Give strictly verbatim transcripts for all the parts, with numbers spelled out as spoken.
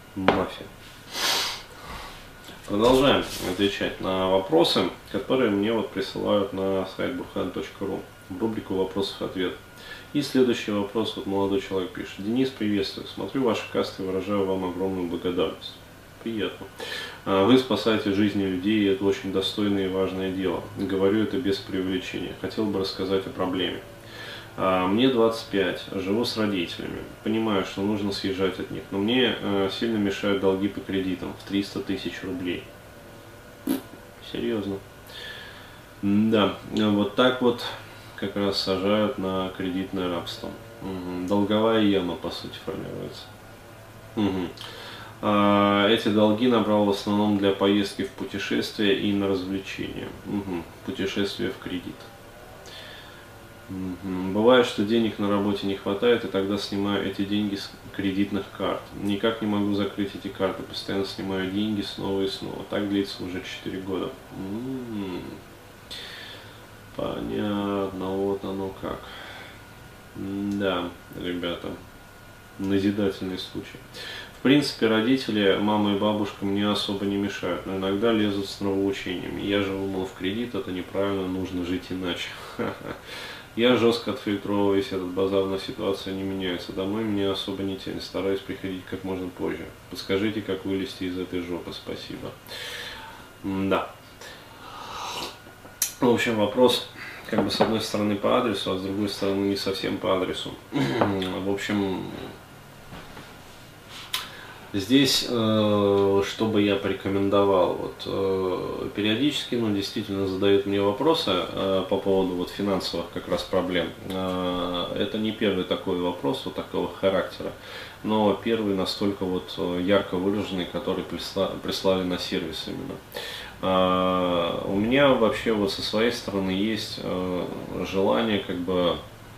Мафия. Продолжаем отвечать на вопросы, которые мне вот присылают на сайт бурхан точка ру в рубрику вопросов и ответов. И следующий вопрос, вот молодой человек пишет: Денис, приветствую, смотрю ваши касты и выражаю вам огромную благодарность. Приятно. Вы спасаете жизни людей, и это очень достойное и важное дело. Говорю это без преувеличения. Хотел бы рассказать о проблеме. Мне двадцать пять, живу с родителями. Понимаю, что нужно съезжать от них, но мне сильно мешают долги по кредитам в триста тысяч рублей. Серьезно. Да, вот так вот как раз сажают на кредитное рабство. Угу. Долговая яма, по сути, формируется. Угу. А, эти долги набрал в основном для поездки в путешествие и на развлечения. Угу. Путешествие в кредит. Угу. Бывает, что денег на работе не хватает, и тогда снимаю эти деньги с кредитных карт. Никак не могу закрыть эти карты, постоянно снимаю деньги снова и снова. Так длится уже четыре года. М-м-м. Понятно, вот оно как. Да, ребята, назидательный случай. В принципе, родители, мама и бабушка мне особо не мешают, но иногда лезут с нравоучениями. Я живу, мол, в кредит, это неправильно, нужно жить иначе. Я жестко отфильтровываю весь этот базар, но ситуация не меняется. Домой мне особо не тянет, стараюсь приходить как можно позже. Подскажите, как вылезти из этой жопы, спасибо. Да. В общем, вопрос, как бы, с одной стороны по адресу, а с другой стороны не совсем по адресу. В общем, здесь, э, что бы я порекомендовал, вот, э, периодически, ну, действительно задают мне вопросы э, по поводу вот финансовых как раз проблем. Э, это не первый такой вопрос вот такого характера, но первый настолько вот ярко выраженный, который присла, прислали на сервис именно. Uh, у меня вообще вот со своей стороны есть uh, желание как бы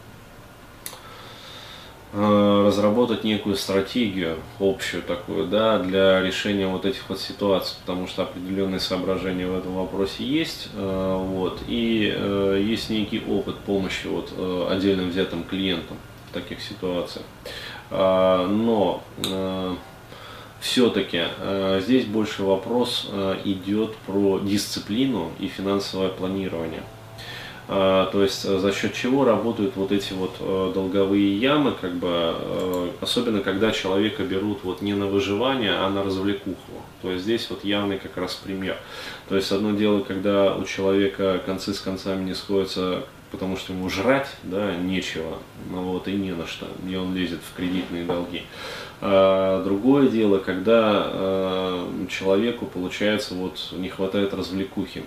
uh, разработать некую стратегию общую такую, да, для решения вот этих вот ситуаций, потому что определенные соображения в этом вопросе есть, uh, вот, и uh, есть некий опыт помощи вот uh, отдельно взятым клиентам в таких ситуациях, uh, но uh, все-таки э, здесь больше вопрос э, идет про дисциплину и финансовое планирование. Э, то есть э, за счет чего работают вот эти вот э, долговые ямы, как бы, э, особенно когда человека берут вот не на выживание, а на развлекуху. То есть здесь вот явный как раз пример. То есть одно дело, когда у человека концы с концами не сходятся, потому что ему жрать, да, нечего, ну, вот, и не на что, и он лезет в кредитные долги. А другое дело, когда э, человеку, получается, вот не хватает развлекухи,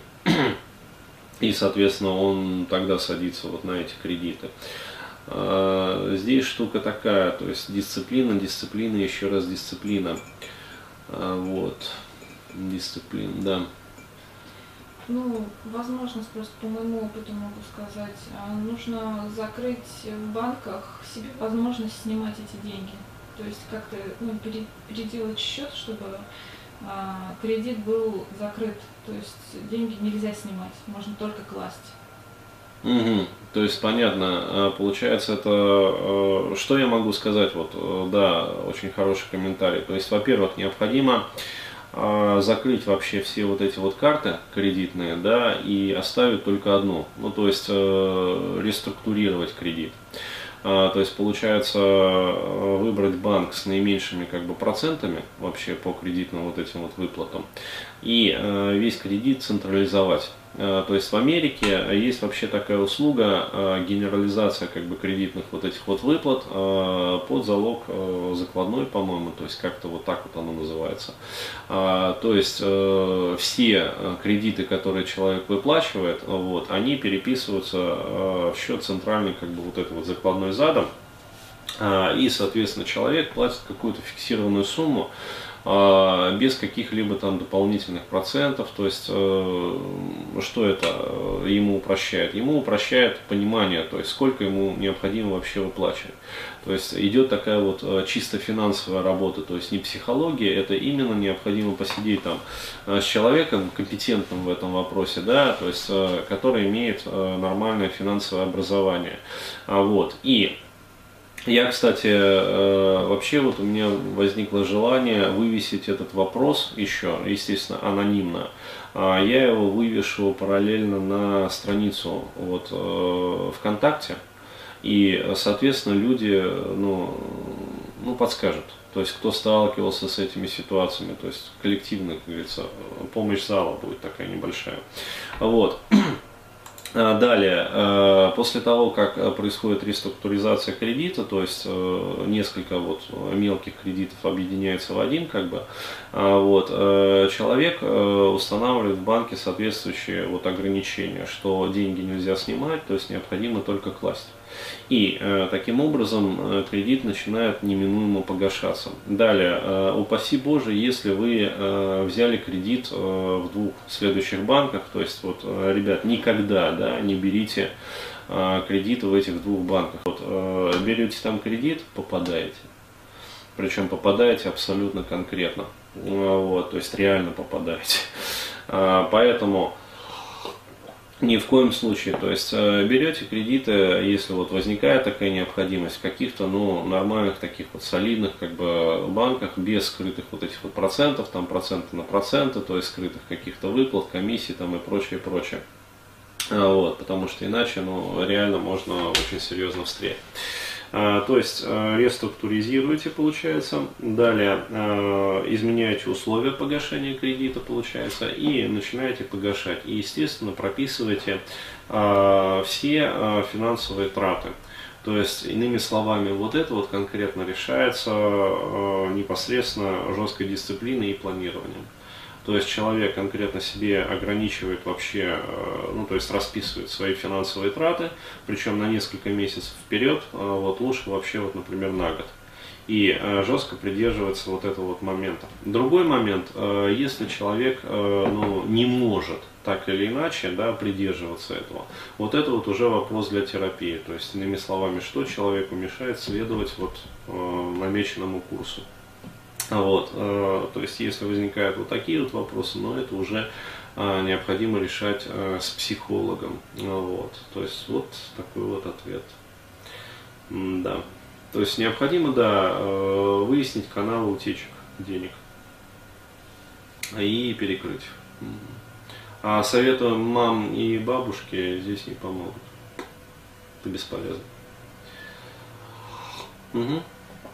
и, соответственно, он тогда садится вот на эти кредиты. А здесь штука такая, то есть дисциплина, дисциплина, еще раз дисциплина. А вот, дисциплина, да. Ну, возможность, просто по моему опыту могу сказать, нужно закрыть в банках себе возможность снимать эти деньги. То есть как-то, ну, переделать счет, чтобы а, кредит был закрыт. То есть деньги нельзя снимать, можно только класть. Угу. То есть понятно, получается, это, что я могу сказать, вот, да, очень хороший комментарий. То есть, во-первых, необходимо закрыть вообще все вот эти вот карты кредитные, да, и оставить только одну, ну, то есть реструктурировать кредит. То есть получается выбрать банк с наименьшими как бы процентами вообще по кредитным вот этим вот выплатам и весь кредит централизовать. То есть в Америке есть вообще такая услуга, генерализация как бы кредитных вот этих вот выплат под залог закладной, по-моему, то есть как-то вот так вот оно называется. То есть все кредиты, которые человек выплачивает, вот, они переписываются в счет центральный как бы вот этой вот закладной задом, и, соответственно, человек платит какую-то фиксированную сумму без каких-либо там дополнительных процентов. То есть, э, что это ему упрощает? Ему упрощает понимание, то есть сколько ему необходимо вообще выплачивать. То есть идет такая вот чисто финансовая работа, то есть не психология, это именно необходимо посидеть там с человеком компетентным в этом вопросе, да, то есть который имеет нормальное финансовое образование. Вот. И Я, кстати, э, вообще вот у меня возникло желание вывесить этот вопрос еще, естественно, анонимно. А Я его вывешу параллельно на страницу вот, э, ВКонтакте, и, соответственно, люди, ну, ну, подскажут. То есть, кто сталкивался с этими ситуациями, то есть, коллективно, как говорится, помощь зала будет такая небольшая. Вот. А, Далее, э, после того, как происходит реструктуризация кредита, то есть э, несколько вот мелких кредитов объединяется в один, как бы, а, вот, э, человек э, устанавливает в банке соответствующие вот ограничения, что деньги нельзя снимать, то есть необходимо только класть. И э, таким образом э, кредит начинает неминуемо погашаться. Далее, э, упаси Боже, если вы э, взяли кредит э, в двух следующих банках, то есть, вот, э, ребят, никогда, да, не берите э, кредиты в этих двух банках. Вот, э, берете там кредит, попадаете. Причем попадаете абсолютно конкретно. Вот, то есть реально попадаете. Э, поэтому... Ни в коем случае. То есть берете кредиты, если вот возникает такая необходимость в каких-то, ну, нормальных таких вот солидных как бы банках, без скрытых вот этих вот процентов, там проценты на проценты, то есть скрытых каких-то выплат, комиссий там и прочее, прочее. Вот, потому что иначе, ну, реально можно очень серьезно встрять. То есть реструктуризируете, получается, далее изменяете условия погашения кредита, получается, и начинаете погашать. И, естественно, прописываете все финансовые траты. То есть, иными словами, вот это вот конкретно решается непосредственно жесткой дисциплиной и планированием. То есть человек конкретно себе ограничивает вообще, ну то есть расписывает свои финансовые траты, причем на несколько месяцев вперед, вот лучше вообще, вот, например, на год. И жестко придерживается вот этого вот момента. Другой момент, если человек, ну, не может так или иначе, да, придерживаться этого, вот это вот уже вопрос для терапии. То есть, иными словами, что человеку мешает следовать вот намеченному курсу. Вот, э, то есть, если возникают вот такие вот вопросы, но это уже э, необходимо решать э, с психологом. Вот, то есть, вот такой вот ответ. М, да. То есть, необходимо, да, э, выяснить каналы утечек денег и перекрыть. А советы мам и бабушки здесь не помогут. Это бесполезно. Угу.